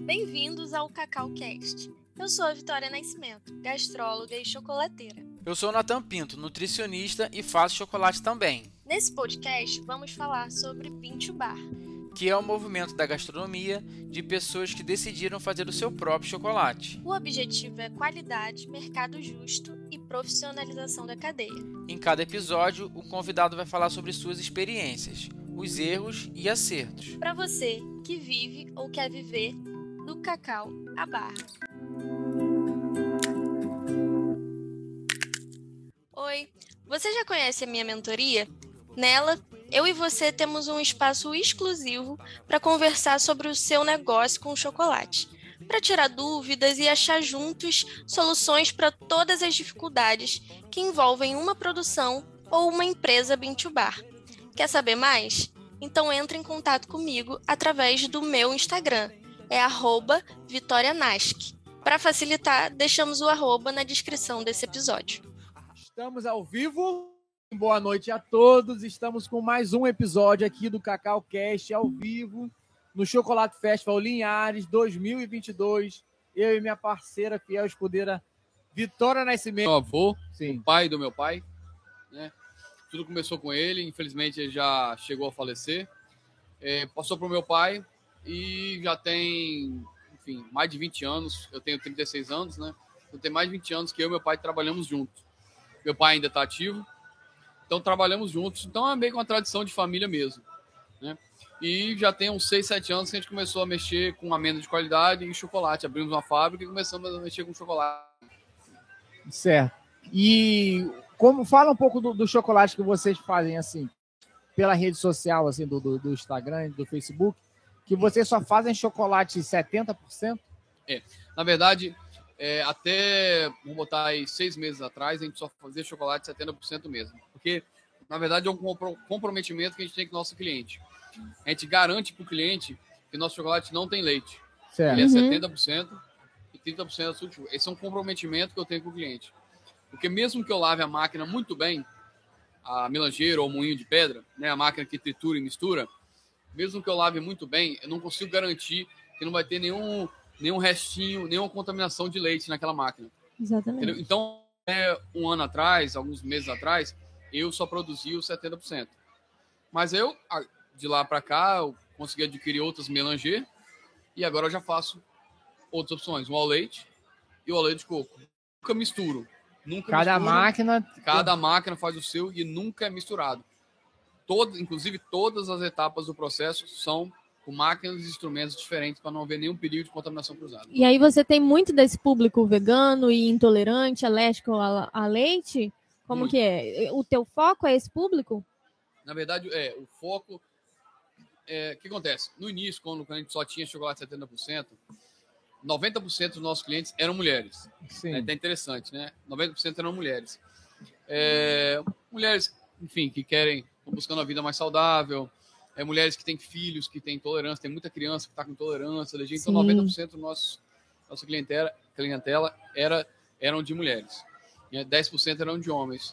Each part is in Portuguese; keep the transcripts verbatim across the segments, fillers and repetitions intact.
Bem-vindos ao CacauCast. Eu sou a Vitória Nascimento, gastróloga e chocolateira. Eu sou o Nathan Pinto, nutricionista e faço chocolate também. Nesse podcast, vamos falar sobre Bean to Bar, que é o movimento da gastronomia de pessoas que decidiram fazer o seu próprio chocolate. O objetivo é qualidade, mercado justo e profissionalização da cadeia. Em cada episódio, o convidado vai falar sobre suas experiências, os erros e acertos. Para você que vive ou quer viver do cacau à barra. Oi, você já conhece a minha mentoria? Nela, eu e você temos um espaço exclusivo para conversar sobre o seu negócio com chocolate, para tirar dúvidas e achar juntos soluções para todas as dificuldades que envolvem uma produção ou uma empresa Bean to Bar. Quer saber mais? Então entre em contato comigo através do meu Instagram, é arroba vitorianask. Para facilitar, deixamos o arroba na descrição desse episódio. Estamos ao vivo. Boa noite a todos. Estamos com mais um episódio aqui do CacauCast ao vivo no Chocolate Festival Linhares dois mil e vinte e dois. Eu e minha parceira fiel escudeira Vitória Nascimento. Meu avô, Sim. O pai do meu pai, né? Tudo começou com ele. Infelizmente ele já chegou a falecer. É, passou para o meu pai e já tem, enfim, mais de vinte anos. Eu tenho trinta e seis anos, né? Então tem mais de vinte anos que eu e meu pai trabalhamos juntos. Meu pai ainda está ativo. Então, trabalhamos juntos. Então, é meio que uma tradição de família mesmo, né? E já tem uns seis, sete anos que a gente começou a mexer com amêndoa de qualidade e chocolate. Abrimos uma fábrica e começamos a mexer com chocolate. Certo. E como fala um pouco do, do chocolate que vocês fazem, assim, pela rede social, assim, do, do, do Instagram, do Facebook, que vocês só fazem chocolate setenta por cento? É. Na verdade, é, até, vamos botar aí, seis meses atrás, a gente só fazia chocolate setenta por cento mesmo. Porque, na verdade, é um comprometimento que a gente tem com o nosso cliente. A gente garante para o cliente que nosso chocolate não tem leite. Certo. Ele é Uhum. setenta por cento e trinta por cento é sutil. Esse é um comprometimento que eu tenho com o cliente. Porque mesmo que eu lave a máquina muito bem, a melangeira ou o moinho de pedra, né, a máquina que tritura e mistura, mesmo que eu lave muito bem, eu não consigo garantir que não vai ter nenhum, nenhum restinho, nenhuma contaminação de leite naquela máquina. Exatamente. Entendeu? Então, é, um ano atrás, alguns meses atrás, eu só produzia os setenta por cento. Mas eu, de lá para cá, eu consegui adquirir outras melanger e agora eu já faço outras opções, um ao leite e o ao leite de coco. Nunca misturo. Nunca Cada misturo. máquina... Cada máquina faz o seu e nunca é misturado. Todo, inclusive, todas as etapas do processo são com máquinas e instrumentos diferentes para não haver nenhum perigo de contaminação cruzada. E aí você tem muito desse público vegano e intolerante, alérgico a, a leite? Como Muito. que é? O teu foco é esse público? Na verdade, é, o foco... É, o que acontece? No início, quando a gente só tinha chocolate setenta por cento, noventa por cento dos nossos clientes eram mulheres. Sim. É até interessante, né? noventa por cento eram mulheres. É, mulheres, enfim, que querem, estão buscando uma vida mais saudável, é, mulheres que têm filhos, que têm intolerância, tem muita criança que está com intolerância, alergia. Então, Sim. noventa por cento do nosso, nossa clientela, clientela era, eram de mulheres. E dez por cento eram de homens,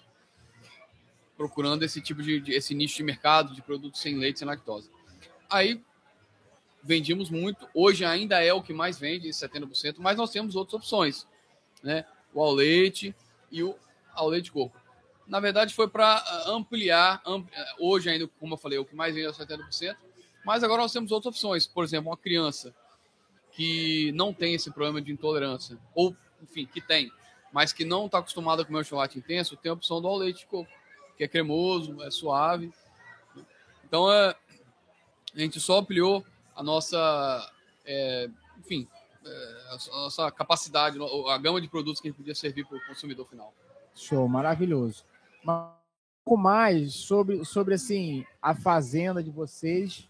procurando esse tipo de, de esse nicho de mercado de produtos sem leite, sem lactose. Aí, vendíamos muito. Hoje ainda é o que mais vende, setenta por cento, mas nós temos outras opções, né? O ao leite e o ao leite de coco. Na verdade, foi para ampliar, ampli... hoje ainda, como eu falei, o que mais vende é setenta por cento, mas agora nós temos outras opções. Por exemplo, uma criança que não tem esse problema de intolerância, ou, enfim, que tem, mas que não está acostumada a comer o chocolate intenso, tem a opção do ao leite de coco, que é cremoso, é suave. Então, é... a gente só ampliou a nossa, é, enfim, é, a nossa capacidade, a gama de produtos que a gente podia servir para o consumidor final. Show, maravilhoso. Um pouco mais sobre, sobre assim, a fazenda de vocês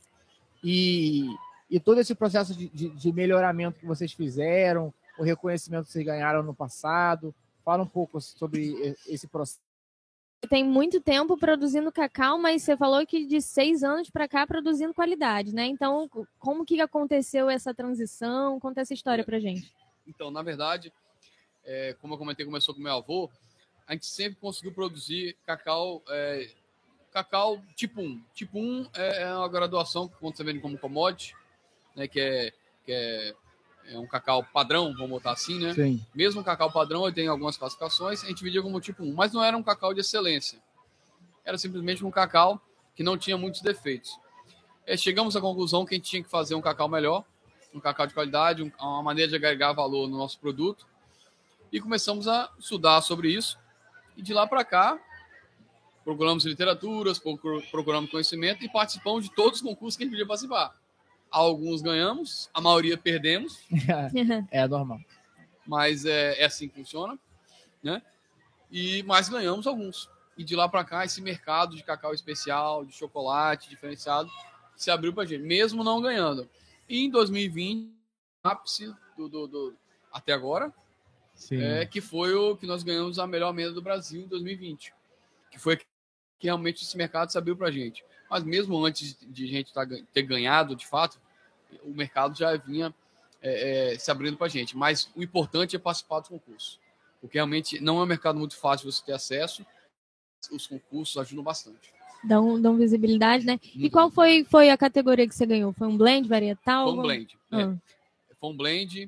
e, e todo esse processo de, de, de melhoramento que vocês fizeram, o reconhecimento que vocês ganharam no passado. Fala um pouco sobre esse processo. Tem muito tempo produzindo cacau, mas você falou que de seis anos para cá produzindo qualidade, né? Então, como que aconteceu essa transição? Conta essa história pra gente. Então, na verdade, é, como eu comentei, começou com meu avô, a gente sempre conseguiu produzir cacau, é, cacau tipo um. Tipo um é uma graduação que quando você vende como commodity, né, que, é, que é é um cacau padrão, vamos botar assim, né? Sim. Mesmo o cacau padrão, ele tem algumas classificações, a gente dividia como tipo um, mas não era um cacau de excelência. Era simplesmente um cacau que não tinha muitos defeitos. É, chegamos à conclusão que a gente tinha que fazer um cacau melhor, um cacau de qualidade, um, uma maneira de agregar valor no nosso produto. E começamos a estudar sobre isso. E de lá para cá, procuramos literaturas, procuramos conhecimento e participamos de todos os concursos que a gente podia participar. Alguns ganhamos, a maioria perdemos. É normal. Mas é, é assim que funciona, né? E, mas ganhamos alguns. E de lá para cá, esse mercado de cacau especial, de chocolate diferenciado, se abriu para a gente, mesmo não ganhando. E em dois mil e vinte, ápice do, do, do, até agora, Sim. É, que foi o que nós ganhamos a melhor amêndoa do Brasil em dois mil e vinte. Que foi que realmente esse mercado se abriu para a gente. Mas mesmo antes de a gente ter ganhado, de fato, o mercado já vinha é, é, se abrindo para a gente. Mas o importante é participar do concurso. Porque realmente não é um mercado muito fácil você ter acesso. Os concursos ajudam bastante. Dão, dão visibilidade, né? E qual foi, foi a categoria que você ganhou? Foi um blend, varietal? Foi um blend. Ah. É. Foi um blend.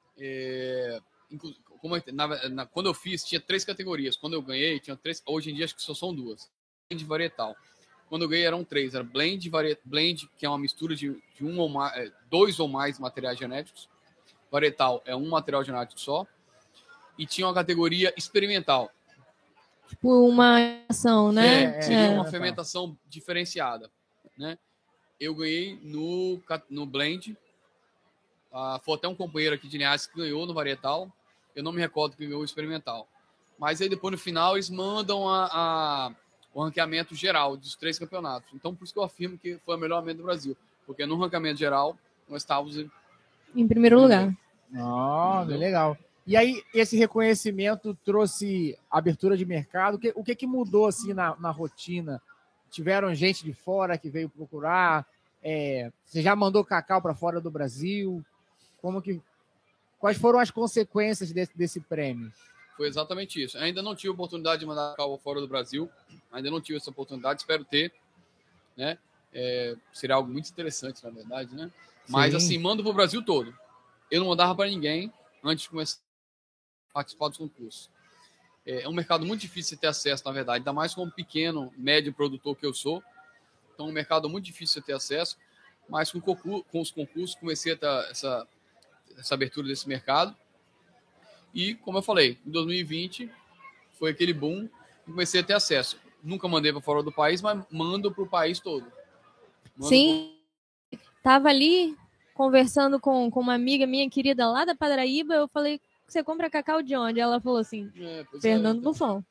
É, como, na, na, quando eu fiz, tinha três categorias. Quando eu ganhei, tinha três. Hoje em dia, acho que só são duas. Blend e varietal. Quando eu ganhei, eram três. Era blend, variet, blend, que é uma mistura de, de um ou mais, dois ou mais materiais genéticos. Varietal é um material genético só. E tinha uma categoria experimental. Tipo uma ação, né? É, seria é. uma fermentação diferenciada, né? Eu ganhei no, no blend. Ah, foi até um companheiro aqui de Linhares que ganhou no varietal. Eu não me recordo que ganhou o experimental. Mas aí depois no final eles mandam a, a, o ranqueamento geral dos três campeonatos. Então por isso que eu afirmo que foi a melhor amêndoa do Brasil. Porque no ranqueamento geral nós estávamos em, em primeiro lugar. Oh, legal. E aí, esse reconhecimento trouxe abertura de mercado. O que, o que, que mudou assim na, na rotina? Tiveram gente de fora que veio procurar? É, você já mandou cacau para fora do Brasil? Como que, quais foram as consequências desse, desse prêmio? Foi exatamente isso. Ainda não tive a oportunidade de mandar cacau fora do Brasil. Ainda não tive essa oportunidade. Espero ter. Né? É, seria algo muito interessante, na verdade. Né? Mas, Sim. assim, mando para o Brasil todo. Eu não mandava para ninguém antes de começar participar dos concursos. É um mercado muito difícil de ter acesso, na verdade, ainda mais como pequeno, médio produtor que eu sou. Então, é um mercado muito difícil de ter acesso, mas com, concurso, com os concursos comecei a ter essa, essa abertura desse mercado. E, como eu falei, em dois mil e vinte foi aquele boom e comecei a ter acesso. Nunca mandei para fora do país, mas mando para o país todo. Mando Sim, estava pro... ali conversando com, com uma amiga minha querida lá da Paraíba, eu falei, você compra cacau de onde? Ela falou assim, é, Fernando é, Buffon.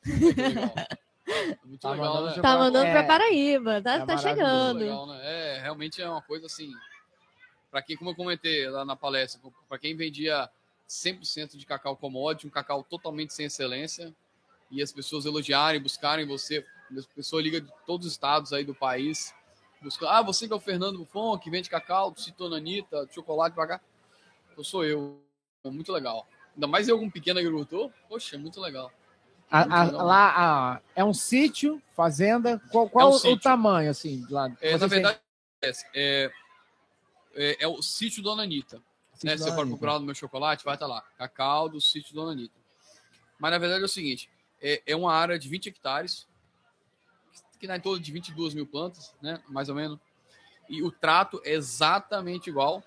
É muito tá legal, mandando, né? Tá mandando é, para Paraíba, tá, é tá chegando. Legal, né? É, realmente é uma coisa assim, para quem, como eu comentei lá na palestra, para quem vendia cem por cento de cacau commodity, um cacau totalmente sem excelência, e as pessoas elogiarem, buscarem você, as pessoas ligam de todos os estados aí do país, buscam, ah, você que é o Fernando Buffon, que vende cacau, citonanita, chocolate pra cá. Eu sou eu, é muito legal. Ainda mais eu como pequeno agricultor, poxa, é muito legal. É a, muito a, legal lá a, é um sítio, fazenda, qual, qual é um o, o tamanho, assim? Lá, é, na verdade, tem... é, é, é o sítio Dona Anitta. Né? Se você for procurar no meu chocolate, vai estar lá, cacau do sítio Dona Anitta. Mas, na verdade, é o seguinte, é, é uma área de vinte hectares, que dá em torno de vinte e duas mil plantas, né? Mais ou menos. E o trato é exatamente igual.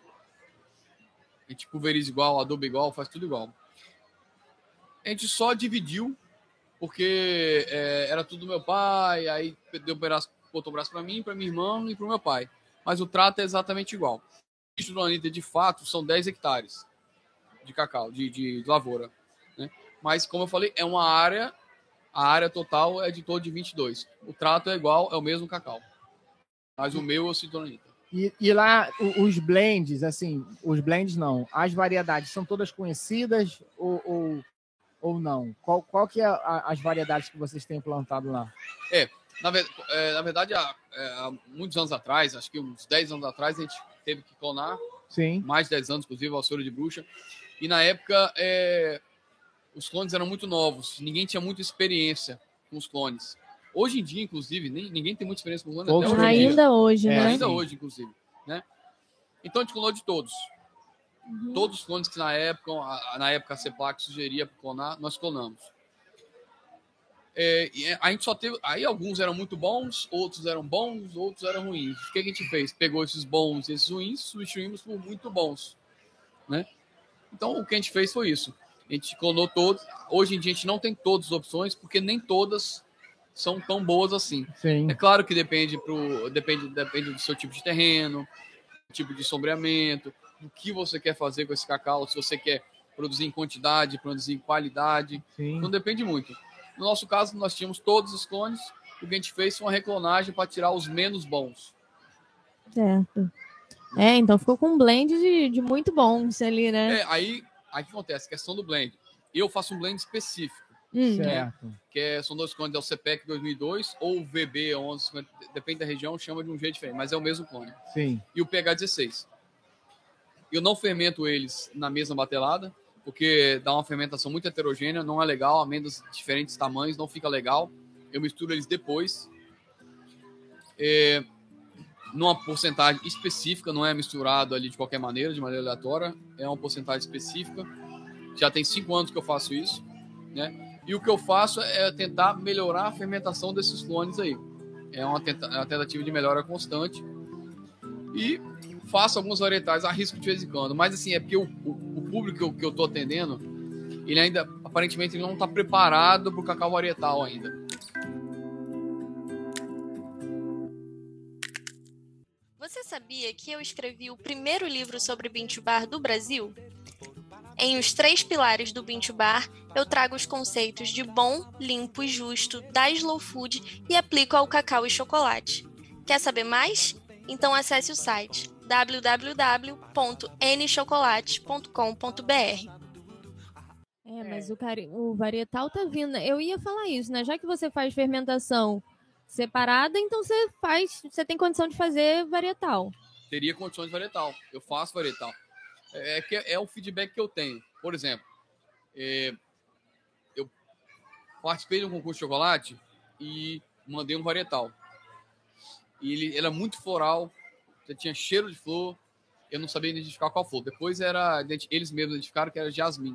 A gente pulveriza igual, aduba igual, faz tudo igual. A gente só dividiu, porque é, era tudo do meu pai, aí deu um braço, botou o braço para mim, para minha irmã e para o meu pai. Mas o trato é exatamente igual. O sítio do Anitta, de fato, são dez hectares de cacau, de, de lavoura. Né? Mas, como eu falei, é uma área, a área total é de torno de vinte e dois. O trato é igual, é o mesmo cacau. Mas o meu é o sítio do Anitta. E, e lá, os blends, assim, os blends não, as variedades são todas conhecidas ou, ou, ou não? Qual, qual que é a, as variedades que vocês têm plantado lá? É, na, é, na verdade, há, é, há muitos anos atrás, acho que uns dez anos atrás, a gente teve que clonar. Sim. Mais de dez anos, inclusive, a Alçoura de Bruxa. E na época, é, os clones eram muito novos, ninguém tinha muita experiência com os clones. Hoje em dia, inclusive, nem, ninguém tem muita experiência com clones. Até hoje ainda hoje, é, né? Ainda hoje, inclusive. Né? Então, a gente clonou de todos. Uhum. Todos os clones que na época, a, na época a CEPLAC sugeria para clonar, nós clonamos. É, e a gente só teve. Aí alguns eram muito bons, outros eram bons, outros eram ruins. O que a gente fez? Pegou esses bons e esses ruins, substituímos por muito bons, né? Então o que a gente fez foi isso. A gente clonou todos. Hoje em dia a gente não tem todas as opções, porque nem todas são tão boas assim. Sim. É claro que depende, pro, depende, depende do seu tipo de terreno, tipo de sombreamento, do que você quer fazer com esse cacau, se você quer produzir em quantidade, produzir em qualidade. Sim. Não depende muito. No nosso caso, nós tínhamos todos os clones, o que a gente fez foi uma reclonagem para tirar os menos bons. Certo. É, então ficou com um blend de, de muito bons ali, né? É, aí, aí o que acontece? Questão do blend. Eu faço um blend específico. Hum. Certo. Que é, são dois clones, é o C P E C dois mil e dois ou o V B onze cinquenta, depende da região, chama de um jeito diferente, mas é o mesmo clone. Sim. E o P H dezesseis. Eu não fermento eles na mesma batelada, porque dá uma fermentação muito heterogênea, não é legal, amêndoas de diferentes tamanhos, não fica legal. Eu misturo eles depois, é, numa porcentagem específica, não é misturado ali de qualquer maneira, de maneira aleatória, é uma porcentagem específica. Já tem cinco anos que eu faço isso, né? E o que eu faço é tentar melhorar a fermentação desses clones aí. É uma, tenta- uma tentativa de melhora constante. E faço alguns varietais, arrisco de vez em quando. Mas assim, é porque o, o, o público que eu, que eu tô atendendo, ele ainda, aparentemente, ele não está preparado para o cacau varietal ainda. Você sabia que eu escrevi o primeiro livro sobre Bean to Bar do Brasil? Em Os Três Pilares do Bean to Bar, eu trago os conceitos de bom, limpo e justo da Slow Food e aplico ao cacau e chocolate. Quer saber mais? Então acesse o site w w w ponto n chocolate ponto com ponto b r. É, mas o, cari- o varietal tá vindo. Eu ia falar isso, né? Já que você faz fermentação separada, então você faz, você tem condição de fazer varietal. Teria condições de varietal. Eu faço varietal. É, é que é o feedback que eu tenho. Por exemplo, é, eu participei de um concurso de chocolate e mandei um varietal. E ele era muito floral, tinha cheiro de flor, eu não sabia identificar qual flor. Depois era, eles mesmos identificaram que era jasmim.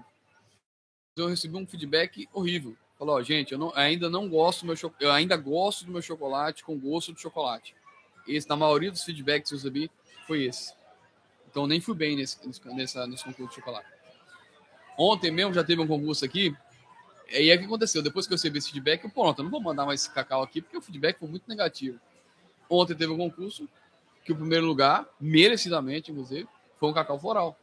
Eu recebi um feedback horrível. Falou, ó, gente, eu não, ainda não gosto do meu cho- eu ainda gosto do meu chocolate com gosto de chocolate. Esse, na maioria dos feedbacks que eu recebi, foi esse. Então nem fui bem nesse, nessa, nesse concurso de chocolate. Ontem mesmo já teve um concurso aqui. E aí o que aconteceu? Depois que eu recebi esse feedback, eu, pronto, eu não vou mandar mais esse cacau aqui, porque o feedback foi muito negativo. Ontem teve um concurso que o primeiro lugar, merecidamente, inclusive, foi um cacau floral.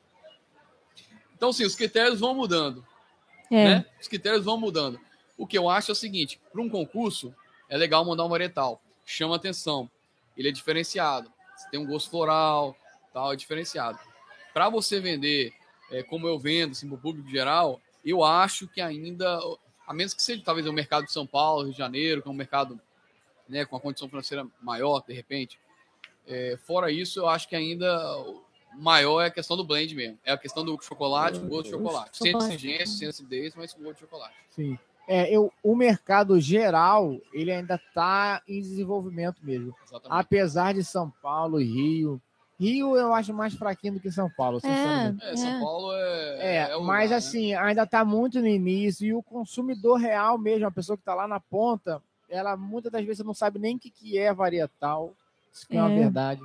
Então, sim, os critérios vão mudando. É. Né? Os critérios vão mudando. O que eu acho é o seguinte, para um concurso, é legal mandar um varietal. Chama atenção. Ele é diferenciado. Você tem um gosto floral, tal, é diferenciado. Para você vender, é, como eu vendo, assim, para o público geral, eu acho que ainda, a menos que seja talvez o mercado de São Paulo, Rio de Janeiro, que é um mercado, né, com uma condição financeira maior, de repente. É, fora isso, eu acho que ainda o maior é a questão do blend mesmo. É a questão do chocolate, o gosto de chocolate. Sem Chocolate. exigência, sem acidez, mas com gosto de chocolate. Sim. É, eu, o mercado geral, ele ainda está em desenvolvimento mesmo. Exatamente. Apesar de São Paulo e Rio. Rio eu acho mais fraquinho do que São Paulo, sinceramente. É, São É. Paulo é. É, é o mas lugar, né? assim, ainda está muito no início e o consumidor real mesmo, a pessoa que está lá na ponta, ela muitas das vezes não sabe nem o que, que é varietal, isso que é, uma É. verdade.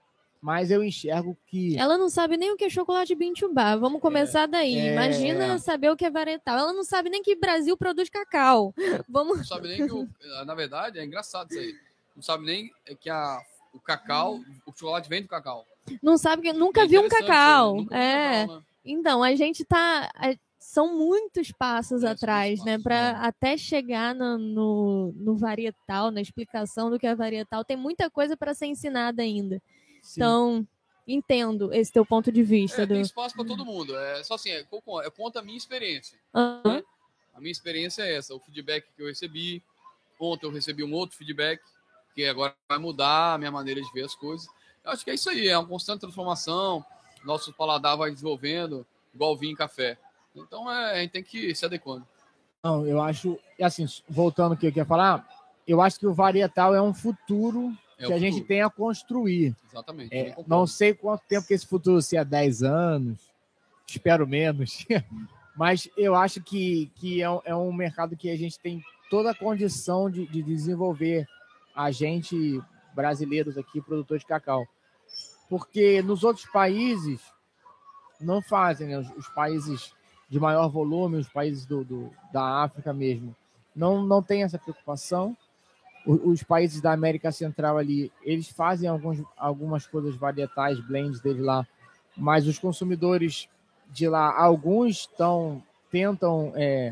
Mas eu enxergo que Ela não sabe nem o que é chocolate Bean to Bar. Vamos começar daí. é. Imagina saber o que é varietal. Ela não sabe nem que Brasil produz cacau. Vamos. Não sabe nem que o. Na verdade, é engraçado isso aí. Não sabe nem que a, o cacau, o chocolate vem do cacau. Não sabe que nunca É viu um interessante cacau. isso aí, nunca vi É. cacau, né? Então, a gente tá. a- São muitos passos É, são atrás, muitos né? passos, Para até chegar no, no, no varietal, na explicação do que é varietal. Tem muita coisa para ser ensinada ainda. sim, Então, entendo esse teu ponto de vista. É, do... tem espaço para todo mundo. É só assim, é, eu conto- eu conto a minha experiência. Aham. A minha experiência é essa, o feedback que eu recebi. Ontem eu recebi um outro feedback, que agora vai mudar a minha maneira de ver as coisas. Eu acho que é isso aí, é uma constante transformação. Nosso paladar vai desenvolvendo, igual vinho e café. Então é, a gente tem que ir se adequando. Não, eu acho, e assim, voltando ao que eu queria falar, eu acho que o varietal é um futuro É que o a gente futuro. tem a construir. Exatamente. É, eu concordo. não sei quanto tempo que esse futuro, se é dez anos, espero menos. Mas eu acho que, que é, um, é um mercado que a gente tem toda a condição de, de desenvolver a gente, brasileiros aqui, produtores de cacau. Porque nos outros países não fazem, né? Os, os países de maior volume, os países do, do, da África mesmo, não, não tem essa preocupação. Os, os países da América Central ali, eles fazem alguns, algumas coisas varietais, blends deles lá, mas os consumidores de lá, alguns estão, tentam... É,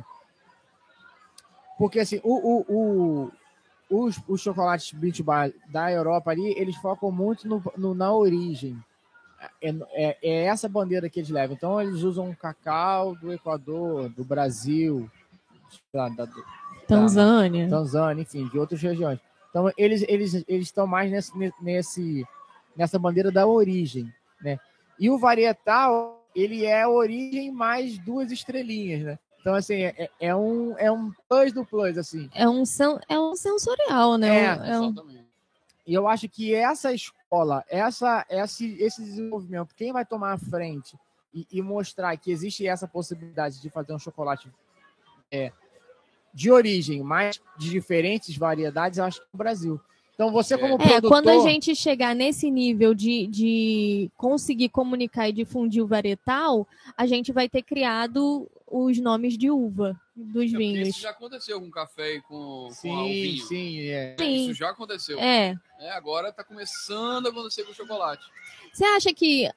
porque assim, o, o, o, os, os chocolates Beach Bar da Europa ali, eles focam muito no, no, na origem. É, é, é essa bandeira que eles levam. Então, eles usam cacau do Equador, do Brasil, da, da, Tanzânia. da Tanzânia, enfim, de outras regiões. Então, eles eles eles estão mais nesse, nesse, nessa bandeira da origem, né? E o varietal, ele é a origem mais duas estrelinhas, né? Então, assim, é, é, um, é um plus do plus, assim. É um, sen- é um sensorial, né? É, é um... Exatamente. E eu acho que essa escola, essa, esse, esse desenvolvimento, quem vai tomar a frente e, e mostrar que existe essa possibilidade de fazer um chocolate é, de origem, mas de diferentes variedades, eu acho que é o Brasil. Então, você como É, produtor... quando a gente chegar nesse nível de, de conseguir comunicar e difundir o varietal, a gente vai ter criado os nomes de uva dos É, vinhos. isso já aconteceu com café e com, Sim, com o vinho. sim, é. Sim. Isso já aconteceu. É. É, agora está começando a acontecer com o chocolate. Você acha que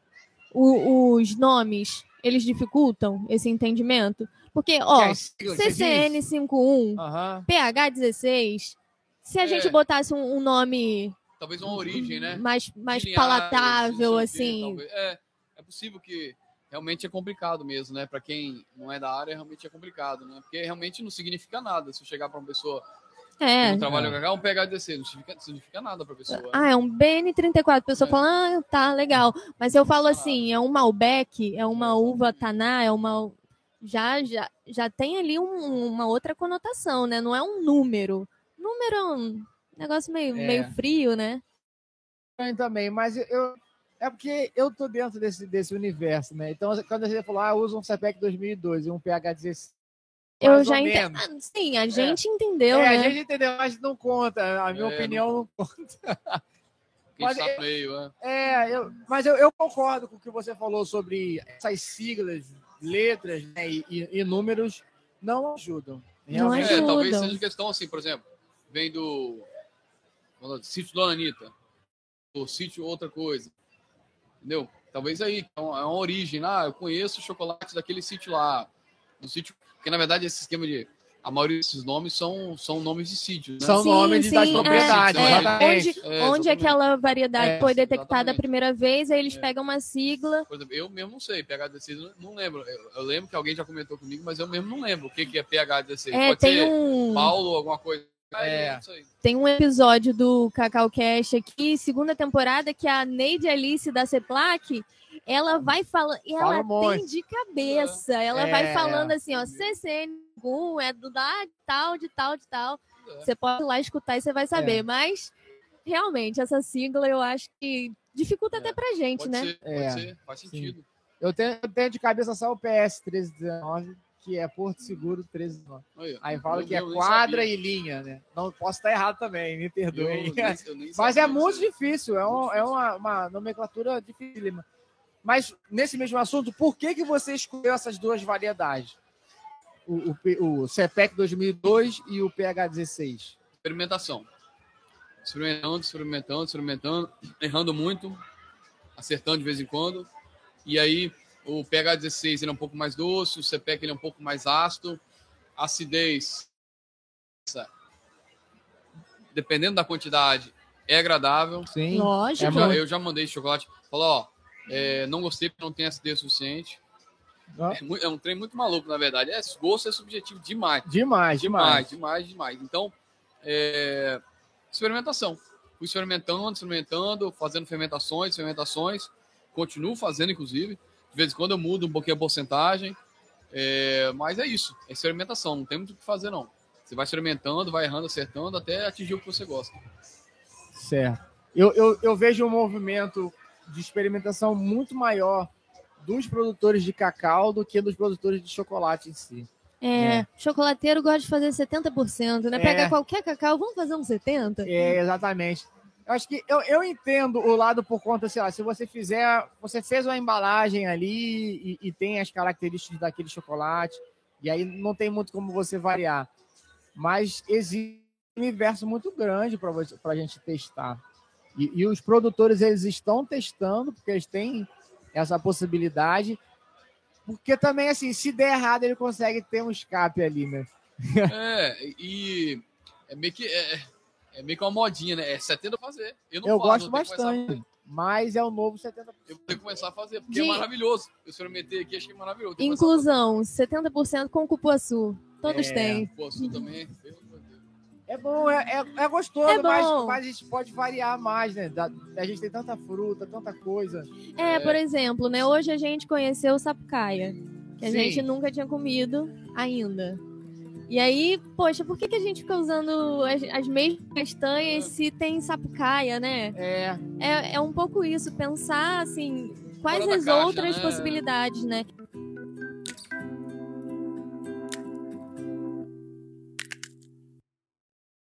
o- os nomes, eles dificultam esse entendimento? Porque, ó, Que é sigla que você C C N diz? cinquenta e um, Aham. P H dezesseis, se a É. gente botasse um, um nome Talvez uma origem, né? mais, mais De linhagem, palatável, não sei o quê, assim... talvez. É, é possível que realmente é complicado mesmo, né? Para quem não é da área, realmente é complicado, né? Porque realmente não significa nada se eu chegar para uma pessoa que É. não trabalha com cacau, um P H dezesseis, não significa, significa nada para a pessoa. Ah, é um B N trinta e quatro. A pessoa É. fala, ah, tá, legal. Mas eu falo Não assim, é um Malbec, é uma É, uva exatamente. Taná, é uma... Já, já, já tem ali um- uma outra conotação, né? Não é um número. Número é um negócio meio, É. meio frio, né? Eu também, mas eu... É porque eu tô dentro desse, desse universo, né? Então, quando você falou, ah, usa um C P E C dois mil e dois e um P H dezesseis, Eu mais já ou entendo. menos. Ah, sim, a gente entendeu, É, né? a gente entendeu, mas não conta. A minha É, opinião não conta. Quem Mas está é- no meio, né? É, eu, mas eu, eu concordo com o que você falou sobre essas siglas, letras, né, e, e- e números não ajudam. Não Realmente. É, talvez ajudam. seja questão assim, por exemplo, vem do, do sítio Dona Anitta, o sítio outra coisa, entendeu? Talvez aí, é uma, é uma origem lá, eu conheço o chocolate daquele sítio lá, do sítio, porque na verdade esse esquema de, a maioria desses nomes são, são nomes de sítios, né? São Sim, nomes sim, das é, propriedades, é, exatamente. onde, É, onde exatamente. aquela variedade É, foi detectada a exatamente. primeira vez, aí eles É. pegam uma sigla. Por exemplo, eu mesmo não sei, P H dezesseis, eu não lembro, eu, eu lembro que alguém já comentou comigo, mas eu mesmo não lembro o que, que é P H dezesseis, É, pode tem ser um, Paulo, alguma coisa, É. é, não sei. tem um episódio do Cacau Cash aqui, segunda temporada, que a Neide Alice da Ceplac, ela vai falando, e Fala ela um monte. tem de cabeça, ela É, vai falando é. assim, ó, C C N um é do da de tal, de tal, de tal. É. Você pode ir lá escutar e você vai saber, É. mas realmente essa sigla eu acho que dificulta É. até pra gente, Pode né? ser, pode É. ser, faz sentido. Eu tenho, eu tenho de cabeça só o P S treze dezenove, que é Porto Seguro treze dezenove. Aí, Aí fala eu- que é eu nem quadra sabia. e linha, né? Não posso estar errado também, me Eu perdoem. nem- eu nem Mas é sabia muito disso. difícil, é, um- é uma, uma nomenclatura difícil. Mas, nesse mesmo assunto, por que, que você escolheu essas duas variedades? O, o, P- o C P E C dois mil e dois e o P H dezesseis. Experimentação. Experimentando, experimentando, experimentando, errando muito, acertando de vez em quando. E aí, o P H dezesseis ele é um pouco mais doce, o C P E C ele é um pouco mais ácido. Acidez, dependendo da quantidade, é agradável. Sim. Lógico. É Eu já, muito- eu já mandei chocolate, falou, ó, é, não gostei porque não tem acidez suficiente. Ó, É, mu- é um trem muito maluco, na verdade. É, gosto é subjetivo demais. demais, Demais, demais. demais, demais. Então, é, experimentação. Fui experimentando, experimentando, fazendo fermentações, fermentações. Continuo fazendo, inclusive. De vez em quando eu mudo um pouquinho a porcentagem. É, mas é isso. É experimentação. Não tem muito o que fazer, não. Você vai experimentando, vai errando, acertando, até atingir o que você gosta. Certo. Eu, eu, eu vejo um movimento de experimentação muito maior dos produtores de cacau do que dos produtores de chocolate em si. É, É. chocolateiro gosta de fazer setenta por cento, né? É. Pega qualquer cacau, vamos fazer um setenta por cento? É, exatamente. Eu acho que eu, eu entendo o lado por conta, sei lá, se você fizer, você fez uma embalagem ali e, e tem as características daquele chocolate, e aí não tem muito como você variar. Mas existe um universo muito grande para a gente testar. E, e os produtores, eles estão testando, porque eles têm essa possibilidade, porque também, assim, se der errado, ele consegue ter um escape ali, né? É, e é meio que é, é meio que uma modinha, né? É setenta fazer. Eu não Eu faço, gosto eu tenho que começar a bastante, fazer. mas é o novo setenta por cento. Eu vou ter que começar a fazer, porque De- é maravilhoso. Eu experimentei aqui, achei maravilhoso. Tenho que começar a Inclusão, setenta por cento com cupuaçu. Todos É. têm. fazer. Pô, sua também. Meu Deus. É bom, é, é, é gostoso, É bom. Mas, mas a gente pode variar mais, né? Da- a gente tem tanta fruta, tanta coisa. É, É. por exemplo, né? Hoje a gente conheceu o sapucaia, que a Sim. gente nunca tinha comido ainda. E aí, poxa, por que, que a gente fica usando as, as mesmas castanhas se tem sapucaia, né? É, É, é um pouco isso, pensar assim, quais Fora da as caixa, outras né? possibilidades, né?